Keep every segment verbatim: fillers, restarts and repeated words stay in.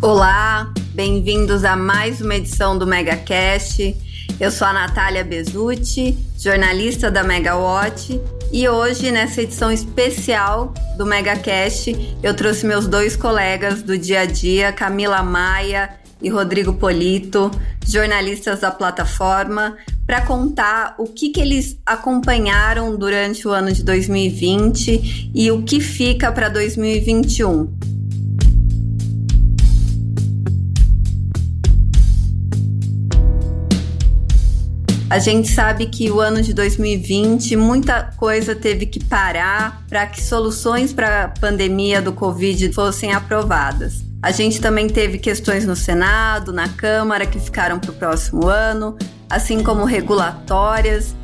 Olá, bem-vindos a mais uma edição do MegaCast. Eu sou a Natália Bezutti, jornalista da Megawatt, e hoje, nessa edição especial do MegaCast, eu trouxe meus dois colegas do dia a dia, Camila Maia e Rodrigo Polito, jornalistas da plataforma, para contar o que, que eles acompanharam durante o ano de dois mil e vinte e o que fica para dois mil e vinte e um. A gente sabe que o ano de dois mil e vinte, muita coisa teve que parar para que soluções para a pandemia do Covid fossem aprovadas. A gente também teve questões no Senado, na Câmara, que ficaram para o próximo ano, assim como regulatórias.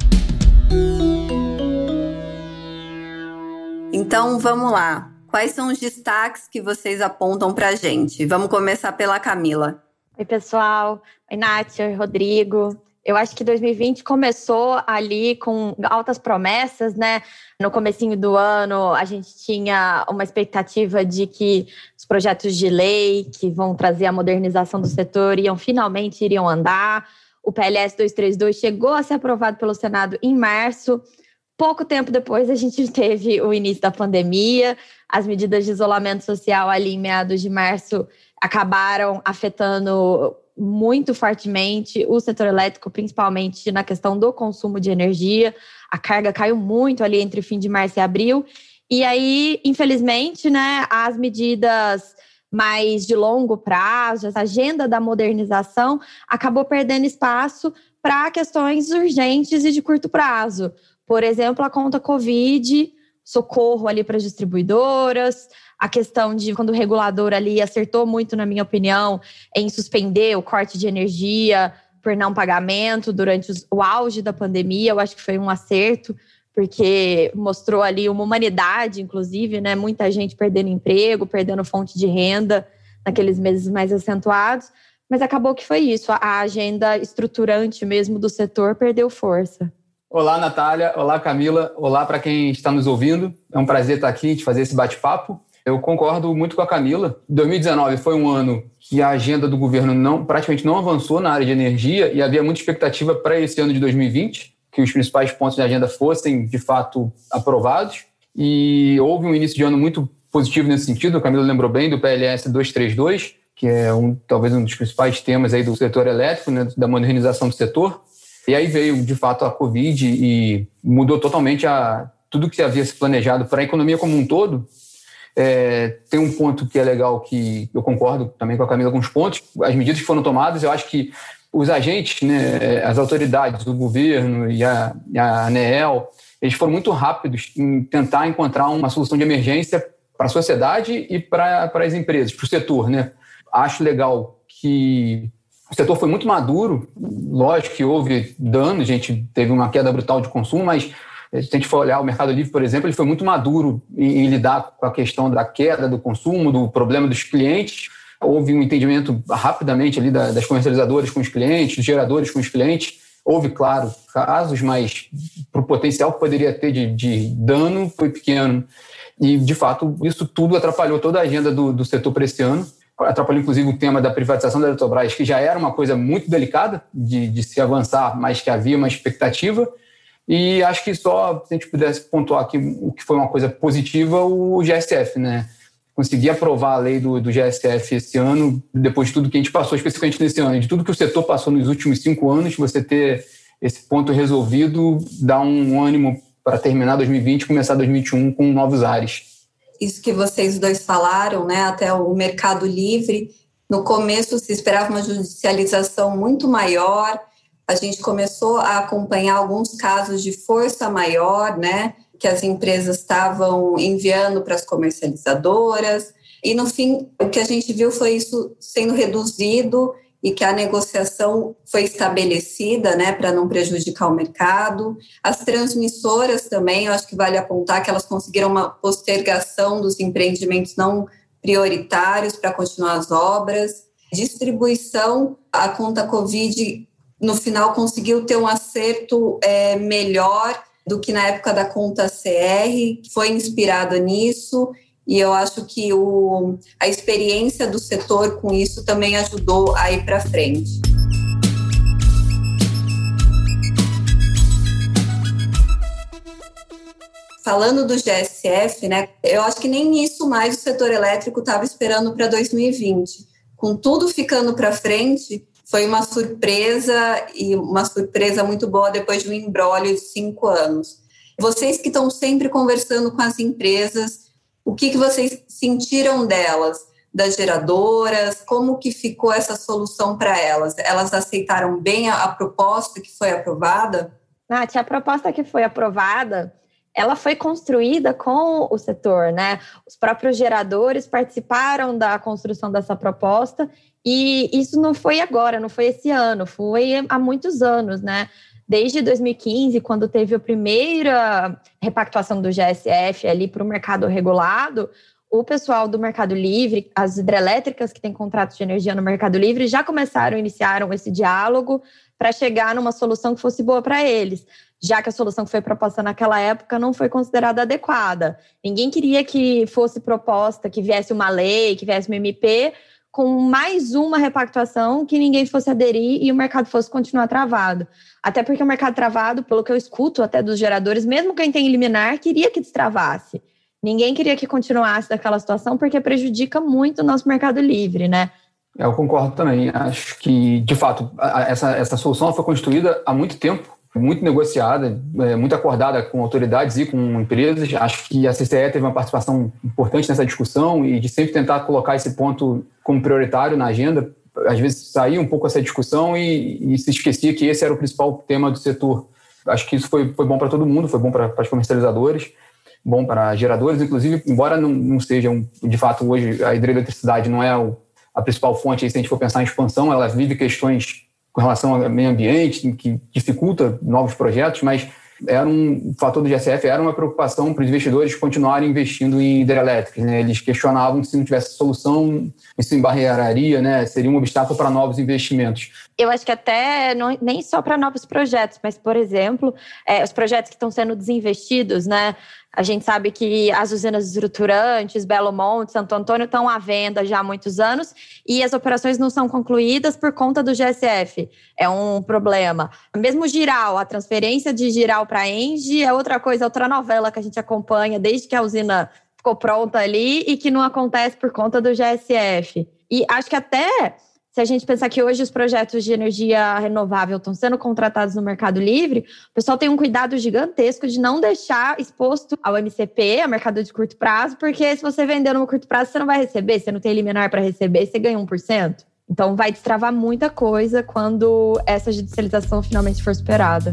Então, vamos lá. Quais são os destaques que vocês apontam para a gente? Vamos começar pela Camila. Oi, pessoal. Oi, Nath, oi, Rodrigo. Eu acho que dois mil e vinte começou ali com altas promessas, né? No comecinho do ano, a gente tinha uma expectativa de que os projetos de lei que vão trazer a modernização do setor iam finalmente iriam andar. O P L S duzentos e trinta e dois chegou a ser aprovado pelo Senado em março. Pouco tempo depois, a gente teve o início da pandemia. As medidas de isolamento social ali em meados de março acabaram afetando muito fortemente o setor elétrico, principalmente na questão do consumo de energia. A carga caiu muito ali entre fim de março e abril. E aí, infelizmente, né, as medidas mais de longo prazo, essa agenda da modernização, acabou perdendo espaço para questões urgentes e de curto prazo. Por exemplo, a conta Covid, socorro ali para as distribuidoras, a questão de quando o regulador ali acertou muito, na minha opinião, em suspender o corte de energia por não pagamento durante os, o auge da pandemia. Eu acho que foi um acerto, porque mostrou ali uma humanidade, inclusive, né? Muita gente perdendo emprego, perdendo fonte de renda naqueles meses mais acentuados. Mas acabou que foi isso, a agenda estruturante mesmo do setor perdeu força. Olá, Natália. Olá, Camila. Olá para quem está nos ouvindo. É um prazer estar aqui, de fazer esse bate-papo. Eu concordo muito com a Camila. dois mil e dezenove foi um ano que a agenda do governo não, praticamente não avançou na área de energia e havia muita expectativa para esse ano de dois mil e vinte, que os principais pontos da agenda fossem, de fato, aprovados. E houve um início de ano muito positivo nesse sentido. A Camila lembrou bem do P L S duzentos e trinta e dois, que é um, talvez um dos principais temas aí do setor elétrico, né, da modernização do setor. E aí veio, de fato, a Covid e mudou totalmente a, tudo que havia se planejado para a economia como um todo. É, tem um ponto que é legal, que eu concordo também com a Camila com os pontos, as medidas que foram tomadas. Eu acho que os agentes, né, as autoridades, o governo e a, a ANEEL, eles foram muito rápidos em tentar encontrar uma solução de emergência para a sociedade e para, para as empresas, para o setor, né? Acho legal que o setor foi muito maduro. Lógico que houve dano, a gente teve uma queda brutal de consumo, mas se a gente for olhar o Mercado Livre, por exemplo, ele foi muito maduro em, em lidar com a questão da queda do consumo, do problema dos clientes. Houve um entendimento rapidamente ali das comercializadoras com os clientes, dos geradores com os clientes. Houve, claro, casos, mas para o potencial que poderia ter de, de dano foi pequeno. E, de fato, isso tudo atrapalhou toda a agenda do, do setor para esse ano. Atrapalhou, inclusive, o tema da privatização da Eletrobras, que já era uma coisa muito delicada de, de se avançar, mas que havia uma expectativa. E acho que só, se a gente pudesse pontuar aqui o que foi uma coisa positiva, o G S F, né? Conseguir aprovar a lei do, do G S F esse ano, depois de tudo que a gente passou, especificamente nesse ano, e de tudo que o setor passou nos últimos cinco anos, você ter esse ponto resolvido dá um ânimo para terminar dois mil e vinte e começar dois mil e vinte e um com novos ares. Isso que vocês dois falaram, né? Até o Mercado Livre, no começo se esperava uma judicialização muito maior. A gente começou a acompanhar alguns casos de força maior, né, que as empresas estavam enviando para as comercializadoras. E, no fim, o que a gente viu foi isso sendo reduzido e que a negociação foi estabelecida, né, para não prejudicar o mercado. As transmissoras também, eu acho que vale apontar que elas conseguiram uma postergação dos empreendimentos não prioritários para continuar as obras. Distribuição, a conta Covid, no final, conseguiu ter um acerto é, melhor do que na época da conta C R, que foi inspirada nisso. e eu acho que o, a experiência do setor com isso também ajudou a ir para frente. Falando do G S F, né, eu acho que nem isso mais o setor elétrico estava esperando para dois mil e vinte. Com tudo ficando para frente, foi uma surpresa e uma surpresa muito boa depois de um imbróglio de cinco anos. Vocês que estão sempre conversando com as empresas, o que, que vocês sentiram delas, das geradoras? Como que ficou essa solução para elas? Elas aceitaram bem a, a proposta que foi aprovada? Nath, a proposta que foi aprovada, ela foi construída com o setor, né? Os próprios geradores participaram da construção dessa proposta e isso não foi agora, não foi esse ano, foi há muitos anos, né? Desde dois mil e quinze, quando teve a primeira repactuação do G S F ali para o mercado regulado, o pessoal do Mercado Livre, as hidrelétricas que têm contratos de energia no Mercado Livre, já começaram, iniciaram esse diálogo para chegar numa solução que fosse boa para eles, já que a solução que foi proposta naquela época não foi considerada adequada. Ninguém queria que fosse proposta, que viesse uma lei, que viesse uma M P, com mais uma repactuação que ninguém fosse aderir e o mercado fosse continuar travado. Até porque o mercado travado, pelo que eu escuto até dos geradores, mesmo quem tem liminar, queria que destravasse. Ninguém queria que continuasse daquela situação porque prejudica muito o nosso Mercado Livre, né? Eu concordo também. Acho que, de fato, essa, essa solução foi construída há muito tempo, muito negociada, muito acordada com autoridades e com empresas. Acho que a C C E teve uma participação importante nessa discussão e de sempre tentar colocar esse ponto como prioritário na agenda. Às vezes saía um pouco essa discussão e, e se esquecia que esse era o principal tema do setor. Acho que isso foi, foi bom para todo mundo, foi bom para, para os comercializadores, bom para geradores, inclusive, embora não, não seja, um, de fato, hoje a hidroeletricidade não é o, a principal fonte, aí, se a gente for pensar em expansão, ela vive questões com relação ao meio ambiente, que dificulta novos projetos, mas era um o fator do G S F era uma preocupação para os investidores continuarem investindo em hidrelétricas, né? Eles questionavam que se não tivesse solução, isso embarreiraria, né? Seria um obstáculo para novos investimentos. Eu acho que até não, nem só para novos projetos, mas, por exemplo, é, os projetos que estão sendo desinvestidos, né? A gente sabe que as usinas estruturantes, Belo Monte, Santo Antônio estão à venda já há muitos anos e as operações não são concluídas por conta do G S F. É um problema. Mesmo Giral, a transferência de Giral para a Engie é outra coisa, outra novela que a gente acompanha desde que a usina ficou pronta ali e que não acontece por conta do G S F. E acho que até... Se a gente pensar que hoje os projetos de energia renovável estão sendo contratados no Mercado Livre, o pessoal tem um cuidado gigantesco de não deixar exposto ao M C P, ao mercado de curto prazo, porque se você vender no curto prazo, você não vai receber, você não tem liminar para receber, você ganha um por cento. Então vai destravar muita coisa quando essa judicialização finalmente for superada.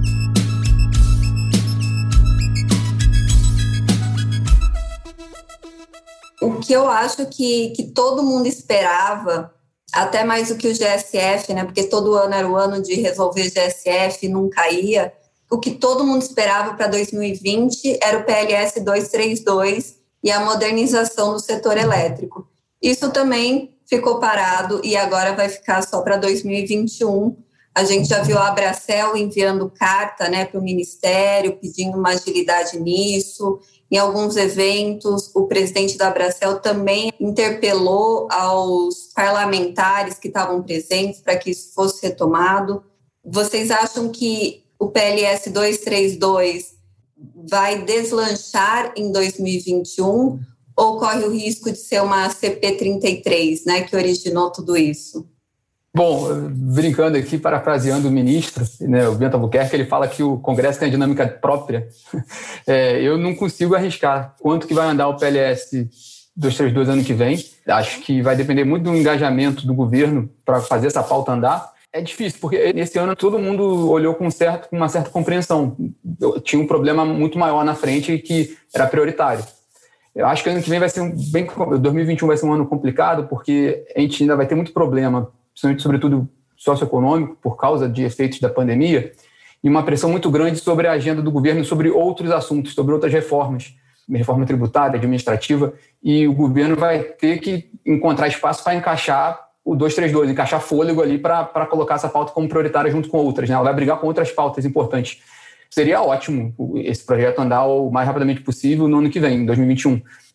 O que eu acho que, que todo mundo esperava, até mais do que o G S F, né? Porque todo ano era o ano de resolver G S F, nunca ia. O que todo mundo esperava para dois mil e vinte era o P L S duzentos e trinta e dois e a modernização do setor elétrico. Isso também ficou parado e agora vai ficar só para dois mil e vinte e um. A gente já viu a Abracel enviando carta, né, para o Ministério, pedindo uma agilidade nisso. Em alguns eventos, o presidente da Abracel também interpelou aos parlamentares que estavam presentes para que isso fosse retomado. Vocês acham que o P L S duzentos e trinta e dois vai deslanchar em dois mil e vinte e um ou corre o risco de ser uma C P trinta e três, né, que originou tudo isso? Bom, brincando aqui, parafraseando o ministro, né, o Bento Albuquerque, ele fala que o Congresso tem a dinâmica própria. É, eu não consigo arriscar quanto que vai andar o P L S duzentos e trinta e dois ano que vem. Acho que vai depender muito do engajamento do governo para fazer essa pauta andar. É difícil, porque nesse ano todo mundo olhou com, certo, com uma certa compreensão. Tinha um problema muito maior na frente que era prioritário. Eu acho que ano que vem vai ser um bem... dois mil e vinte e um vai ser um ano complicado, porque a gente ainda vai ter muito problema, principalmente, sobretudo, socioeconômico, por causa de efeitos da pandemia, e uma pressão muito grande sobre a agenda do governo, sobre outros assuntos, sobre outras reformas, reforma tributária, administrativa, e o governo vai ter que encontrar espaço para encaixar o duzentos e trinta e dois, encaixar fôlego ali para colocar essa pauta como prioritária junto com outras, né? Ela vai brigar com outras pautas importantes. Seria ótimo esse projeto andar o mais rapidamente possível no ano que vem, em dois mil e vinte e um.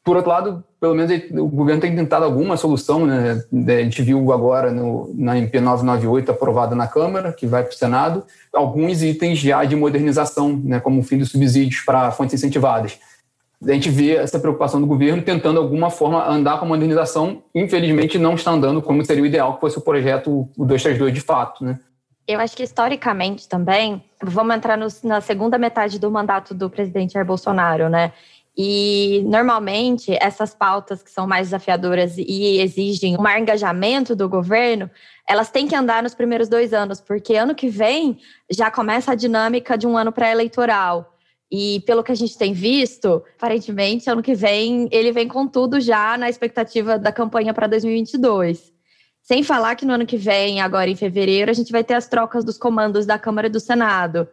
Por outro lado, pelo menos o governo tem tentado alguma solução, né? A gente viu agora no, na M P novecentos e noventa e oito aprovada na Câmara, que vai para o Senado, alguns itens já de modernização, né? Como o fim dos subsídios para fontes incentivadas. A gente vê essa preocupação do governo tentando, de alguma forma, andar com a modernização. Infelizmente, não está andando como seria o ideal que fosse o projeto o duzentos e trinta e dois de fato, né? Eu acho que, historicamente, também, vamos entrar no, na segunda metade do mandato do presidente Jair Bolsonaro, né? E, normalmente, essas pautas que são mais desafiadoras e exigem um maior engajamento do governo, elas têm que andar nos primeiros dois anos, porque ano que vem já começa a dinâmica de um ano pré-eleitoral. E pelo que a gente tem visto, aparentemente, ano que vem, ele vem com tudo já na expectativa da campanha para dois mil e vinte e dois. Sem falar que no ano que vem, agora em fevereiro, a gente vai ter as trocas dos comandos da Câmara e do Senado.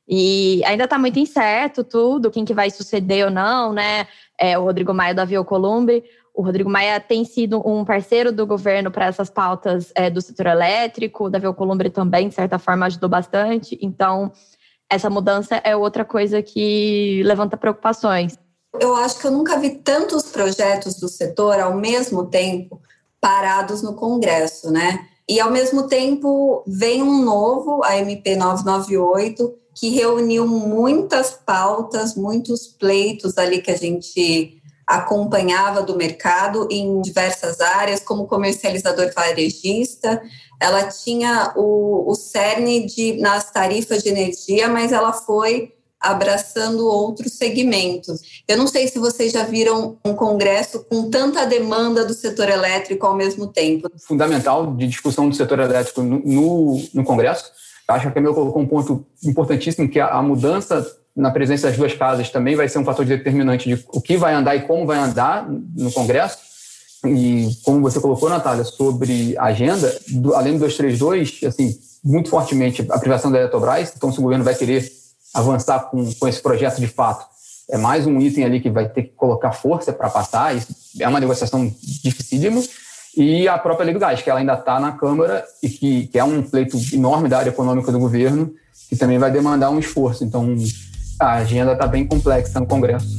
E ainda está muito incerto tudo, quem que vai suceder ou não, né? É, o Rodrigo Maia do Davi Alcolumbre. O Rodrigo Maia tem sido um parceiro do governo para essas pautas é, do setor elétrico. O Davi Alcolumbre também, de certa forma, ajudou bastante. Então, essa mudança é outra coisa que levanta preocupações. Eu acho que eu nunca vi tantos projetos do setor ao mesmo tempo parados no Congresso, né? E ao mesmo tempo vem um novo, a M P novecentos e noventa e oito, que reuniu muitas pautas, muitos pleitos ali que a gente acompanhava do mercado em diversas áreas, como comercializador varejista. Ela tinha o, o cerne de, nas tarifas de energia, mas ela foi abraçando outros segmentos. Eu não sei se vocês já viram um congresso com tanta demanda do setor elétrico ao mesmo tempo. Fundamental de discussão do setor elétrico no, no, no Congresso. Acho que a Camila colocou um ponto importantíssimo, que a, a mudança na presença das duas casas também vai ser um fator determinante de o que vai andar e como vai andar no Congresso. E como você colocou, Natália, sobre a agenda, do, além do duzentos e trinta e dois, assim, muito fortemente a privatização da Eletrobras. Então, se o governo vai querer avançar com, com esse projeto de fato, é mais um item ali que vai ter que colocar força para passar. Isso é uma negociação dificílima. E a própria lei do gás, que ela ainda está na Câmara e que, que é um pleito enorme da área econômica do governo, que também vai demandar um esforço. Então, a agenda está bem complexa no Congresso.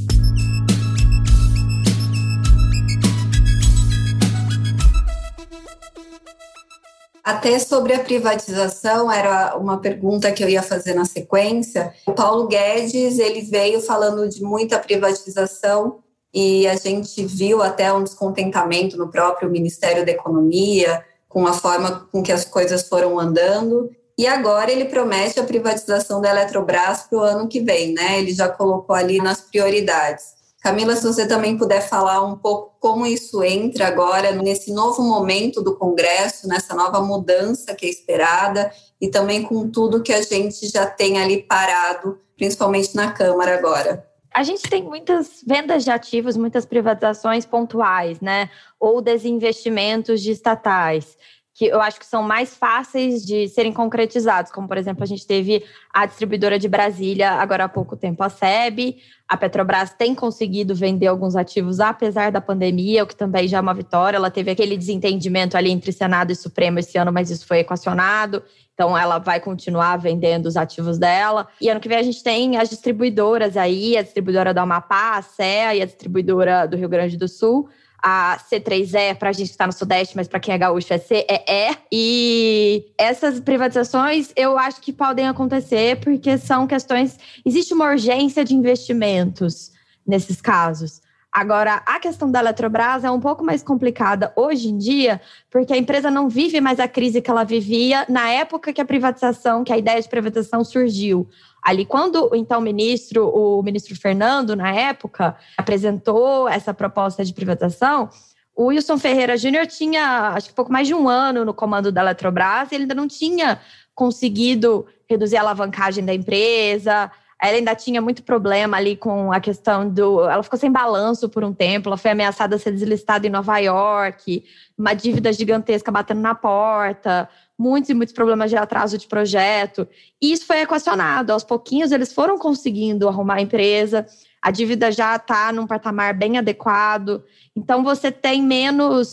Até sobre a privatização, era uma pergunta que eu ia fazer na sequência. O Paulo Guedes, ele veio falando de muita privatização e a gente viu até um descontentamento no próprio Ministério da Economia com a forma com que as coisas foram andando. E agora ele promete a privatização da Eletrobras para o ano que vem, né? Ele já colocou ali nas prioridades. Camila, se você também puder falar um pouco como isso entra agora nesse novo momento do Congresso, nessa nova mudança que é esperada e também com tudo que a gente já tem ali parado, principalmente na Câmara agora. A gente tem muitas vendas de ativos, muitas privatizações pontuais, né? Ou desinvestimentos de estatais, que eu acho que são mais fáceis de serem concretizados, como, por exemplo, a gente teve a distribuidora de Brasília agora há pouco tempo, a S E B. A Petrobras tem conseguido vender alguns ativos apesar da pandemia, o que também já é uma vitória. Ela teve aquele desentendimento ali entre Senado e Supremo esse ano, mas isso foi equacionado. Então, ela vai continuar vendendo os ativos dela. E ano que vem a gente tem as distribuidoras aí, a distribuidora do Amapá, a S E A, e a distribuidora do Rio Grande do Sul. A C três E, para a gente que está no Sudeste, mas para quem é gaúcho é C E E. E essas privatizações eu acho que podem acontecer porque são questões... Existe uma urgência de investimentos nesses casos. Agora, a questão da Eletrobras é um pouco mais complicada hoje em dia, porque a empresa não vive mais a crise que ela vivia na época que a privatização, que a ideia de privatização surgiu. Ali, quando então o ministro, o ministro Fernando, na época, apresentou essa proposta de privatização, o Wilson Ferreira Júnior tinha, acho que pouco mais de um ano no comando da Eletrobras e ele ainda não tinha conseguido reduzir a alavancagem da empresa. Ela ainda tinha muito problema ali com a questão do... Ela ficou sem balanço por um tempo, ela foi ameaçada a ser deslistada em Nova York, uma dívida gigantesca batendo na porta, muitos e muitos problemas de atraso de projeto. E isso foi equacionado. Aos pouquinhos, eles foram conseguindo arrumar a empresa, a dívida já está num patamar bem adequado. Então, você tem menos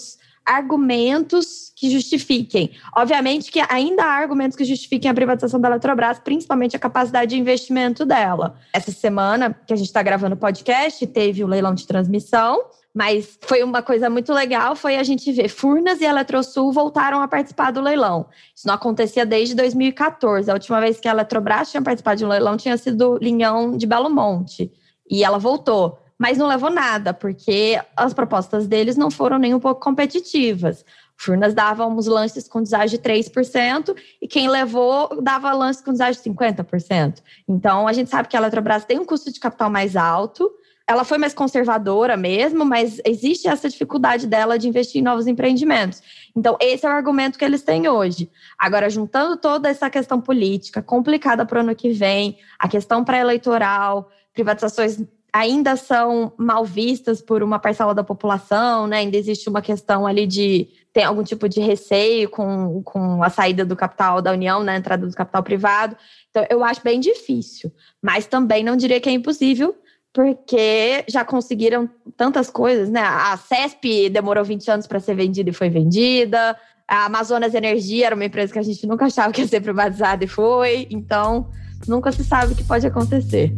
argumentos que justifiquem. Obviamente que ainda há argumentos que justifiquem a privatização da Eletrobras, principalmente a capacidade de investimento dela. Essa semana que a gente está gravando o podcast, teve o leilão de transmissão, mas foi uma coisa muito legal, foi a gente ver Furnas e Eletrosul voltaram a participar do leilão. Isso não acontecia desde dois mil e catorze. A última vez que a Eletrobras tinha participado de um leilão tinha sido o Linhão de Belo Monte. E ela voltou. Mas não levou nada, porque as propostas deles não foram nem um pouco competitivas. Furnas dava uns lances com deságio de três por cento e quem levou dava lances com deságio de cinquenta por cento. Então, a gente sabe que a Eletrobras tem um custo de capital mais alto. Ela foi mais conservadora mesmo, mas existe essa dificuldade dela de investir em novos empreendimentos. Então, esse é o argumento que eles têm hoje. Agora, juntando toda essa questão política complicada para o ano que vem, a questão pré-eleitoral, privatizações ainda são mal vistas por uma parcela da população, né? Ainda existe uma questão ali de ter algum tipo de receio com, com a saída do capital da União, né? A entrada do capital privado. Então, eu acho bem difícil, mas também não diria que é impossível, porque já conseguiram tantas coisas, né? A CESP demorou vinte anos para ser vendida e foi vendida. A Amazonas Energia era uma empresa que a gente nunca achava que ia ser privatizada e foi. Então, nunca se sabe o que pode acontecer.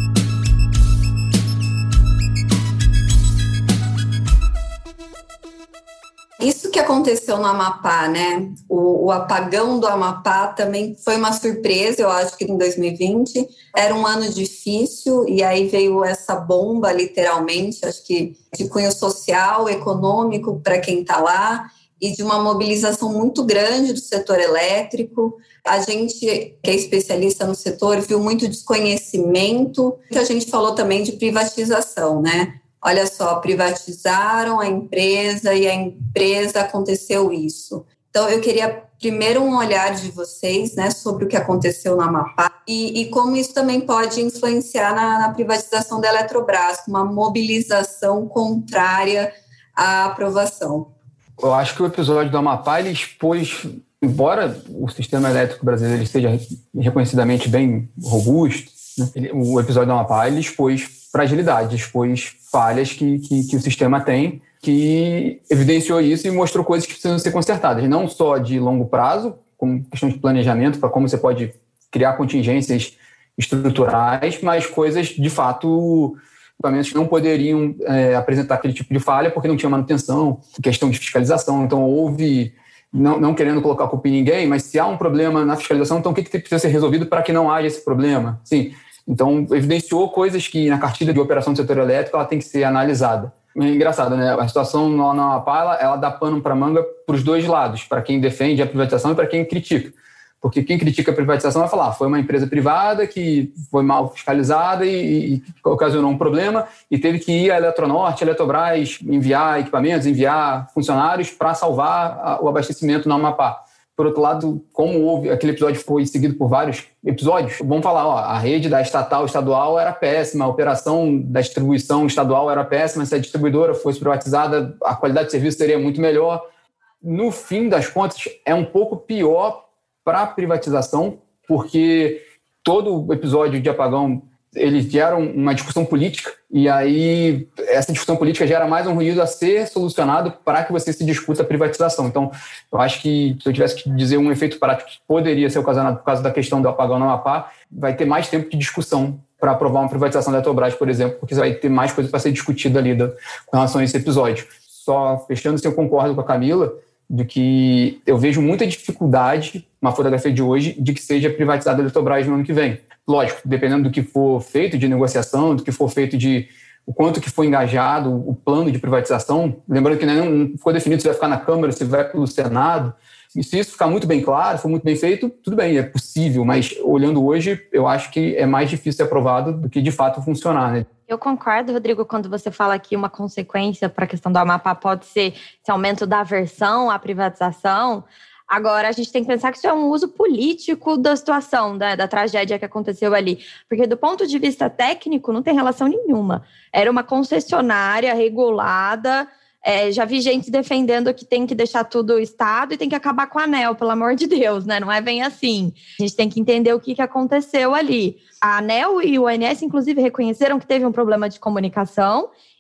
Isso que aconteceu no Amapá, né? O, o apagão do Amapá também foi uma surpresa, eu acho que em dois mil e vinte. Era um ano difícil e aí veio essa bomba, literalmente, acho que de cunho social, econômico para quem está lá e de uma mobilização muito grande do setor elétrico. A gente, que é especialista no setor, viu muito desconhecimento. A gente falou também de privatização, né? Olha só, privatizaram a empresa e a empresa aconteceu isso. Então, eu queria primeiro um olhar de vocês, né, sobre o que aconteceu no Amapá e, e como isso também pode influenciar na, na privatização da Eletrobras, uma mobilização contrária à aprovação. Eu acho que o episódio do Amapá, ele expôs, embora o sistema elétrico brasileiro esteja reconhecidamente bem robusto, né, ele, o episódio do Amapá, ele expôs fragilidade, expôs falhas que, que, que o sistema tem, que evidenciou isso e mostrou coisas que precisam ser consertadas, não só de longo prazo, como questão de planejamento, para como você pode criar contingências estruturais, mas coisas, de fato, equipamentos que não poderiam é, apresentar aquele tipo de falha porque não tinha manutenção, questão de fiscalização. Então, houve, não, não querendo colocar a culpa em ninguém, mas se há um problema na fiscalização, então o que, que precisa ser resolvido para que não haja esse problema? Sim. Então, evidenciou coisas que na cartilha de operação do setor elétrico ela tem que ser analisada. É engraçado, né? A situação na Amapá, ela, ela dá pano para manga para os dois lados, para quem defende a privatização e para quem critica. Porque quem critica a privatização vai falar, ah, foi uma empresa privada que foi mal fiscalizada e, e ocasionou um problema e teve que ir à Eletronorte, a Eletrobras, enviar equipamentos, enviar funcionários para salvar a, o abastecimento no Amapá. Por outro lado, como houve, aquele episódio foi seguido por vários episódios, vamos falar, ó, a rede da estatal estadual era péssima, a operação da distribuição estadual era péssima, se a distribuidora fosse privatizada, a qualidade de serviço seria muito melhor. No fim das contas, é um pouco pior para a privatização, porque todo o episódio de apagão, eles geram uma discussão política, e aí essa discussão política gera mais um ruído a ser solucionado para que você se discuta a privatização. Então, eu acho que se eu tivesse que dizer um efeito prático que poderia ser ocasionado por causa da questão do apagão no Amapá, vai ter mais tempo de discussão para aprovar uma privatização da Eletrobras, por exemplo, porque vai ter mais coisa para ser discutida ali da, com relação a esse episódio. Só fechando, se eu concordo com a Camila, de que eu vejo muita dificuldade, uma fotografia de hoje, de que seja privatizada a Eletrobras no ano que vem. Lógico, dependendo do que for feito de negociação, do que for feito de o quanto que foi engajado o plano de privatização, lembrando que não ficou definido se vai ficar na Câmara, se vai pelo Senado, e se isso ficar muito bem claro, for muito bem feito, tudo bem, é possível, mas olhando hoje, eu acho que é mais difícil ser aprovado do que de fato funcionar, né? Eu concordo, Rodrigo, quando você fala que uma consequência para a questão do Amapá pode ser esse aumento da aversão à privatização. Agora, a gente tem que pensar que isso é um uso político da situação, da, da tragédia que aconteceu ali. Porque, do ponto de vista técnico, não tem relação nenhuma. Era uma concessionária regulada. É, já vi gente defendendo que tem que deixar tudo o Estado e tem que acabar com a ANEEL, pelo amor de Deus, né? Não é bem assim. A gente tem que entender o que, que aconteceu ali. A ANEEL e o O N S, inclusive, reconheceram que teve um problema de comunicação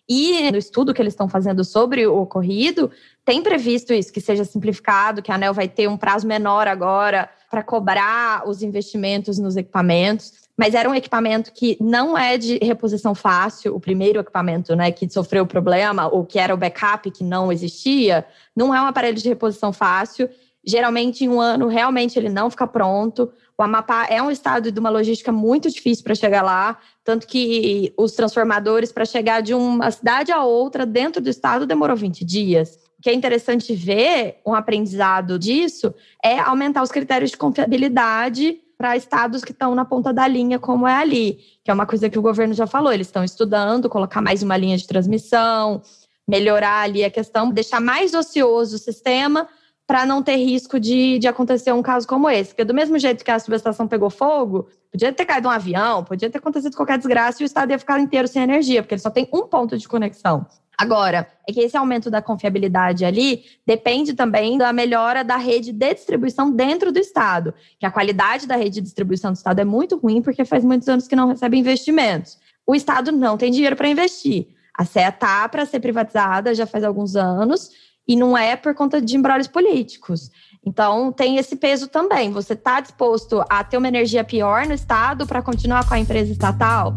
E no estudo que eles estão fazendo sobre o ocorrido, tem previsto isso, que seja simplificado, que a ANEEL vai ter um prazo menor agora para cobrar os investimentos nos equipamentos. Mas era um equipamento que não é de reposição fácil, o primeiro equipamento, né, que sofreu problema, ou que era o backup, que não existia, não é um aparelho de reposição fácil. Geralmente, em um ano, realmente ele não fica pronto. O Amapá é um estado de uma logística muito difícil para chegar lá, tanto que os transformadores, para chegar de uma cidade a outra dentro do estado, demorou vinte dias. O que é interessante ver, um aprendizado disso, é aumentar os critérios de confiabilidade para estados que estão na ponta da linha, como é ali, que é uma coisa que o governo já falou. Eles estão estudando, colocar mais uma linha de transmissão, melhorar ali a questão, deixar mais ocioso o sistema para não ter risco de, de acontecer um caso como esse. Porque do mesmo jeito que a subestação pegou fogo, podia ter caído um avião, podia ter acontecido qualquer desgraça e o estado ia ficar inteiro sem energia, porque ele só tem um ponto de conexão. Agora, é que esse aumento da confiabilidade ali depende também da melhora da rede de distribuição dentro do estado, que a qualidade da rede de distribuição do estado é muito ruim porque faz muitos anos que não recebe investimentos. O estado não tem dinheiro para investir. A S E A está para ser privatizada já faz alguns anos e não é por conta de embrólios políticos. Então, tem esse peso também. Você está disposto a ter uma energia pior no estado para continuar com a empresa estatal?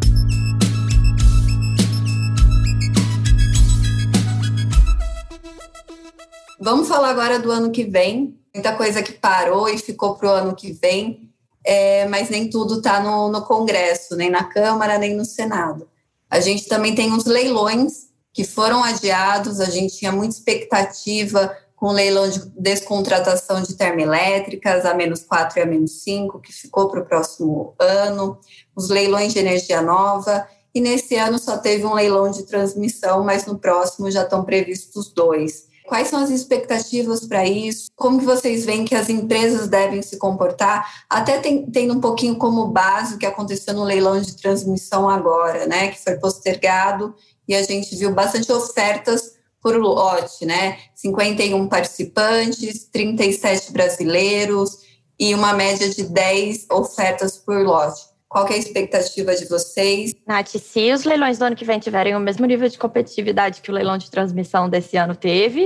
Vamos falar agora do ano que vem. Muita coisa que parou e ficou para o ano que vem, é, mas nem tudo está no, no Congresso, nem na Câmara, nem no Senado. A gente também tem os leilões que foram adiados. A gente tinha muita expectativa com o leilão de descontratação de termoelétricas, a menos quatro e a menos cinco, que ficou para o próximo ano. Os leilões de energia nova. E nesse ano só teve um leilão de transmissão, mas no próximo já estão previstos dois. Quais são as expectativas para isso? Como que vocês veem que as empresas devem se comportar? Até tem, tendo um pouquinho como base o que aconteceu no leilão de transmissão agora, né? Que foi postergado e a gente viu bastante ofertas por lote, né? cinquenta e um participantes, trinta e sete brasileiros e uma média de dez ofertas por lote. Qual que é a expectativa de vocês? Nath, se os leilões do ano que vem tiverem o mesmo nível de competitividade que o leilão de transmissão desse ano teve,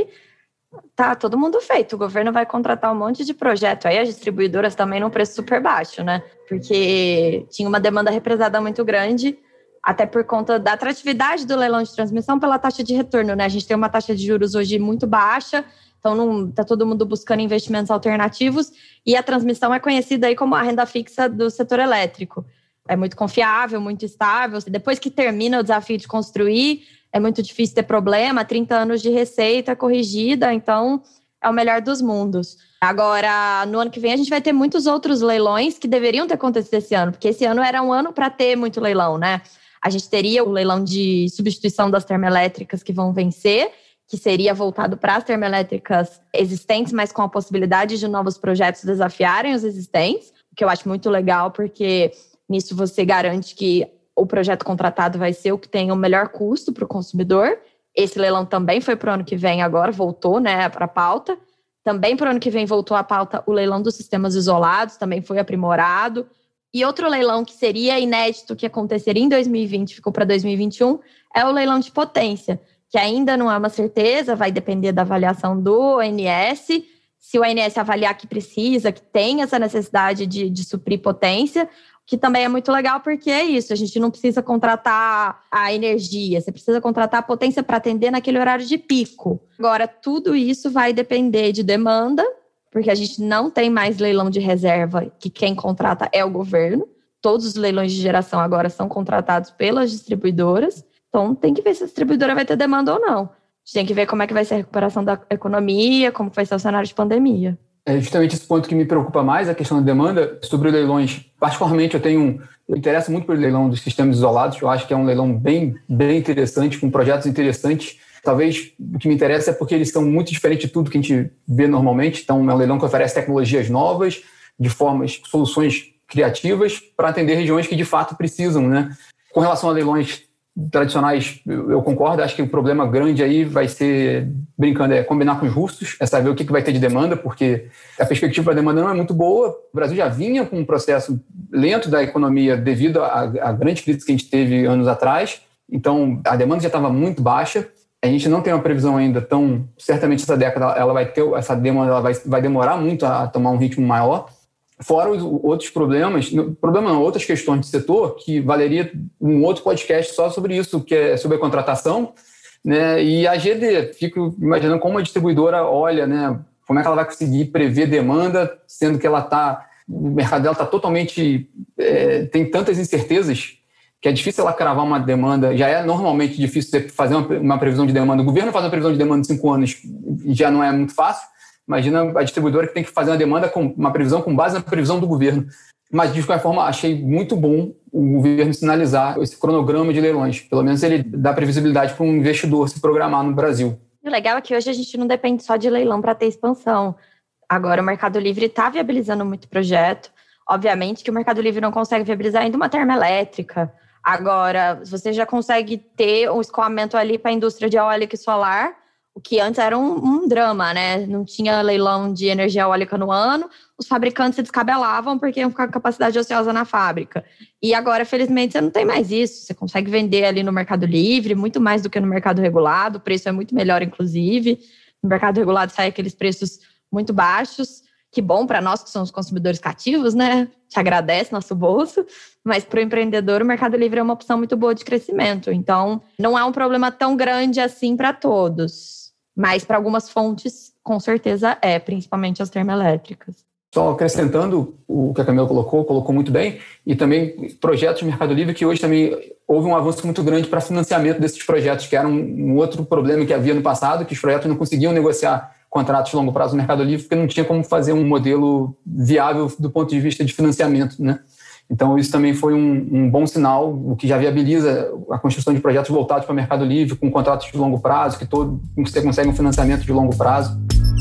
tá todo mundo feito. O governo vai contratar um monte de projeto. Aí as distribuidoras também num preço super baixo, né? Porque tinha uma demanda represada muito grande, até por conta da atratividade do leilão de transmissão pela taxa de retorno, né? A gente tem uma taxa de juros hoje muito baixa, então não tá todo mundo buscando investimentos alternativos e a transmissão é conhecida aí como a renda fixa do setor elétrico. É muito confiável, muito estável. Depois que termina o desafio de construir, é muito difícil ter problema. trinta anos de receita corrigida, então é o melhor dos mundos. Agora, no ano que vem, a gente vai ter muitos outros leilões que deveriam ter acontecido esse ano, porque esse ano era um ano para ter muito leilão, né? A gente teria o leilão de substituição das termoelétricas que vão vencer, que seria voltado para as termoelétricas existentes, mas com a possibilidade de novos projetos desafiarem os existentes, o que eu acho muito legal, porque nisso você garante que o projeto contratado vai ser o que tem o melhor custo para o consumidor. Esse leilão também foi para o ano que vem agora, voltou, né, para a pauta. Também para o ano que vem voltou à pauta o leilão dos sistemas isolados, também foi aprimorado. E outro leilão que seria inédito, que aconteceria em dois mil e vinte, ficou para dois mil e vinte e um, é o leilão de potência, que ainda não é uma certeza, vai depender da avaliação do O N S. Se o O N S avaliar que precisa, que tem essa necessidade de, de suprir potência, que também é muito legal porque é isso, a gente não precisa contratar a energia, você precisa contratar a potência para atender naquele horário de pico. Agora, tudo isso vai depender de demanda, porque a gente não tem mais leilão de reserva, que quem contrata é o governo. Todos os leilões de geração agora são contratados pelas distribuidoras. Então, tem que ver se a distribuidora vai ter demanda ou não. A gente tem que ver como é que vai ser a recuperação da economia, como vai ser o cenário de pandemia. É justamente esse ponto que me preocupa mais, a questão da demanda. Sobre leilões, particularmente, eu tenho eu interesso muito pelo leilão dos sistemas isolados. Eu acho que é um leilão bem, bem interessante, com projetos interessantes. Talvez o que me interessa é porque eles são muito diferentes de tudo que a gente vê normalmente. Então, é um leilão que oferece tecnologias novas, de formas, soluções criativas para atender regiões que de fato precisam, né? Com relação a leilões tradicionais, eu concordo. Acho que o problema grande aí vai ser, brincando, é combinar com os russos, é saber o que vai ter de demanda, porque a perspectiva para a demanda não é muito boa. O Brasil já vinha com um processo lento da economia devido à, à grande crise que a gente teve anos atrás. Então, a demanda já estava muito baixa. A gente não tem uma previsão ainda tão... Certamente, essa década, ela vai ter, essa demanda ela vai, vai demorar muito a tomar um ritmo maior. Fora os outros problemas, problema não, outras questões de setor, que valeria um outro podcast só sobre isso, que é sobre a contratação, né? E a G D, fico imaginando como a distribuidora olha, né? Como é que ela vai conseguir prever demanda, sendo que ela está... O mercado dela está totalmente... É, tem tantas incertezas que é difícil ela cravar uma demanda. Já é normalmente difícil você fazer uma, uma previsão de demanda. O governo faz uma previsão de demanda de cinco anos já não é muito fácil. Imagina a distribuidora que tem que fazer uma demanda com uma previsão com base na previsão do governo. Mas, de qualquer forma, achei muito bom o governo sinalizar esse cronograma de leilões. Pelo menos ele dá previsibilidade para um investidor se programar no Brasil. O legal é que hoje a gente não depende só de leilão para ter expansão. Agora o Mercado Livre está viabilizando muito projeto. Obviamente que o Mercado Livre não consegue viabilizar ainda uma termoelétrica. Agora, você já consegue ter um escoamento ali para a indústria de eólica e solar, o que antes era um, um drama, né? Não tinha leilão de energia eólica no ano, os fabricantes se descabelavam porque iam ficar com capacidade ociosa na fábrica. E agora, felizmente, você não tem mais isso. Você consegue vender ali no Mercado Livre, muito mais do que no mercado regulado. O preço é muito melhor, inclusive. No mercado regulado sai aqueles preços muito baixos. Que bom para nós que somos consumidores cativos, né? Te agradece nosso bolso. Mas para o empreendedor, o Mercado Livre é uma opção muito boa de crescimento. Então, não é um problema tão grande assim para todos. Mas para algumas fontes, com certeza é, principalmente as termoelétricas. Só acrescentando o que a Camila colocou, colocou muito bem, e também projetos de Mercado Livre, que hoje também houve um avanço muito grande para financiamento desses projetos, que era um, um outro problema que havia no passado, que os projetos não conseguiam negociar contratos de longo prazo no Mercado Livre, porque não tinha como fazer um modelo viável do ponto de vista de financiamento, né? Então, isso também foi um, um bom sinal, o que já viabiliza a construção de projetos voltados para o Mercado Livre, com contratos de longo prazo, que todo, você consegue um financiamento de longo prazo.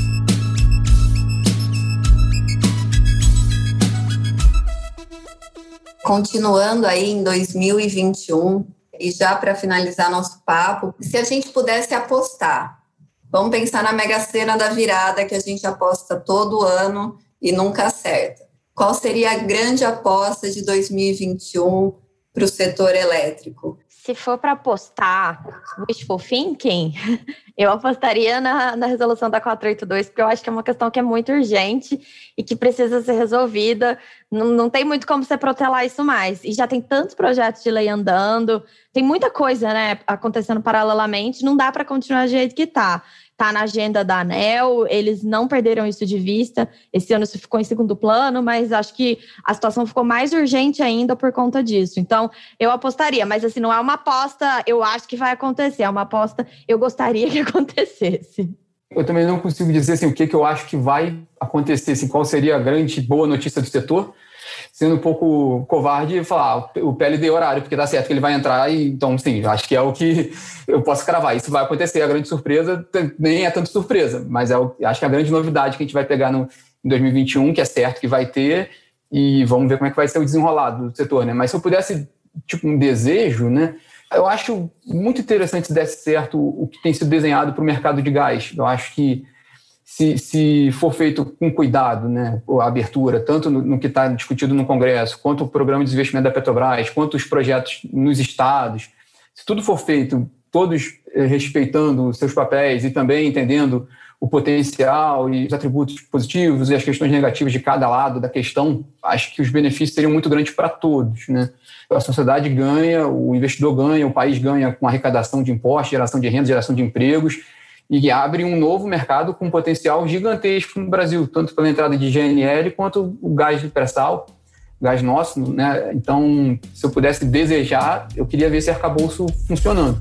Continuando aí em dois mil e vinte e um, e já para finalizar nosso papo, se a gente pudesse apostar, vamos pensar na Mega Sena da virada, que a gente aposta todo ano e nunca acerta. Qual seria a grande aposta de dois mil e vinte e um para o setor elétrico? Se for para apostar wishful thinking, eu apostaria na, na resolução da quatrocentos e oitenta e dois, porque eu acho que é uma questão que é muito urgente e que precisa ser resolvida. Não, não tem muito como você protelar isso mais. E já tem tantos projetos de lei andando, tem muita coisa, né, acontecendo paralelamente, não dá para continuar do jeito que está. Está na agenda da ANEEL, eles não perderam isso de vista. Esse ano isso ficou em segundo plano, mas acho que a situação ficou mais urgente ainda por conta disso. Então, eu apostaria, mas assim, não é uma aposta, eu acho que vai acontecer, é uma aposta, eu gostaria que acontecesse. Eu também não consigo dizer assim, o que, que eu acho que vai acontecer, assim, qual seria a grande boa notícia do setor, sendo um pouco covarde e falar ah, o P L D horário, porque dá certo que ele vai entrar, e então, sim, acho que é o que eu posso cravar. Isso vai acontecer, a grande surpresa nem é tanto surpresa, mas é o, acho que é a grande novidade que a gente vai pegar no, em dois mil e vinte e um, que é certo que vai ter, e vamos ver como é que vai ser o desenrolado do setor, né? Mas se eu pudesse, tipo, um desejo, né? Eu acho muito interessante se desse certo o que tem sido desenhado para o mercado de gás. Eu acho que Se, se for feito com cuidado, né, a abertura, tanto no, no que está discutido no Congresso, quanto o programa de desinvestimento da Petrobras, quanto os projetos nos estados, se tudo for feito, todos eh, respeitando os seus papéis e também entendendo o potencial e os atributos positivos e as questões negativas de cada lado da questão, acho que os benefícios seriam muito grandes para todos, né? A sociedade ganha, o investidor ganha, o país ganha com arrecadação de impostos, geração de renda, geração de empregos, e abre um novo mercado com potencial gigantesco no Brasil, tanto pela entrada de G N L quanto o gás de pré-sal, gás nosso, né? Então, se eu pudesse desejar, eu queria ver esse arcabouço funcionando.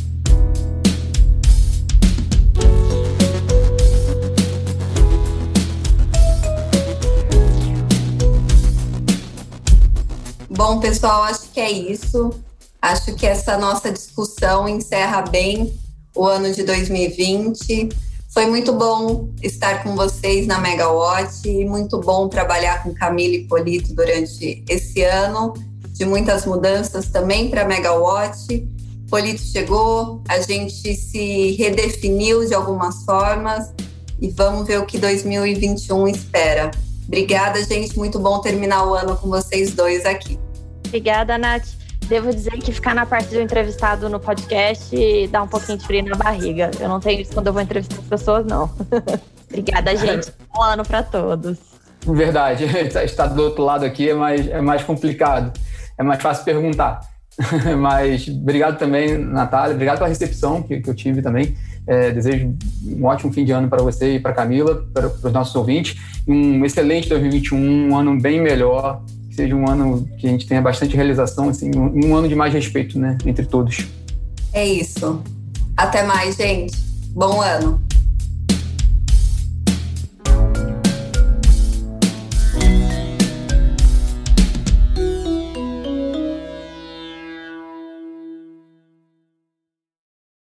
Bom, pessoal, acho que é isso. Acho que essa nossa discussão encerra bem o ano de dois mil e vinte. Foi muito bom estar com vocês na Megawatt e muito bom trabalhar com Camila e Polito durante esse ano, de muitas mudanças também para a Megawatt. Polito chegou, a gente se redefiniu de algumas formas e vamos ver o que dois mil e vinte e um espera. Obrigada, gente. Muito bom terminar o ano com vocês dois aqui. Obrigada, Nath. Devo dizer que ficar na parte do entrevistado no podcast dá um pouquinho de frio na barriga. Eu não tenho isso quando eu vou entrevistar as pessoas, não. Obrigada, gente. Bom ano para todos. Verdade. Estar do outro lado aqui é mais, é mais complicado. É mais fácil perguntar. Mas obrigado também, Natália. Obrigado pela recepção que, que eu tive também. É, desejo um ótimo fim de ano para você e para a Camila, para, para os nossos ouvintes. Um excelente dois mil e vinte e um, um ano bem melhor. Que seja um ano que a gente tenha bastante realização, assim, um, um ano de mais respeito, né, entre todos. É isso. Até mais, gente. Bom ano.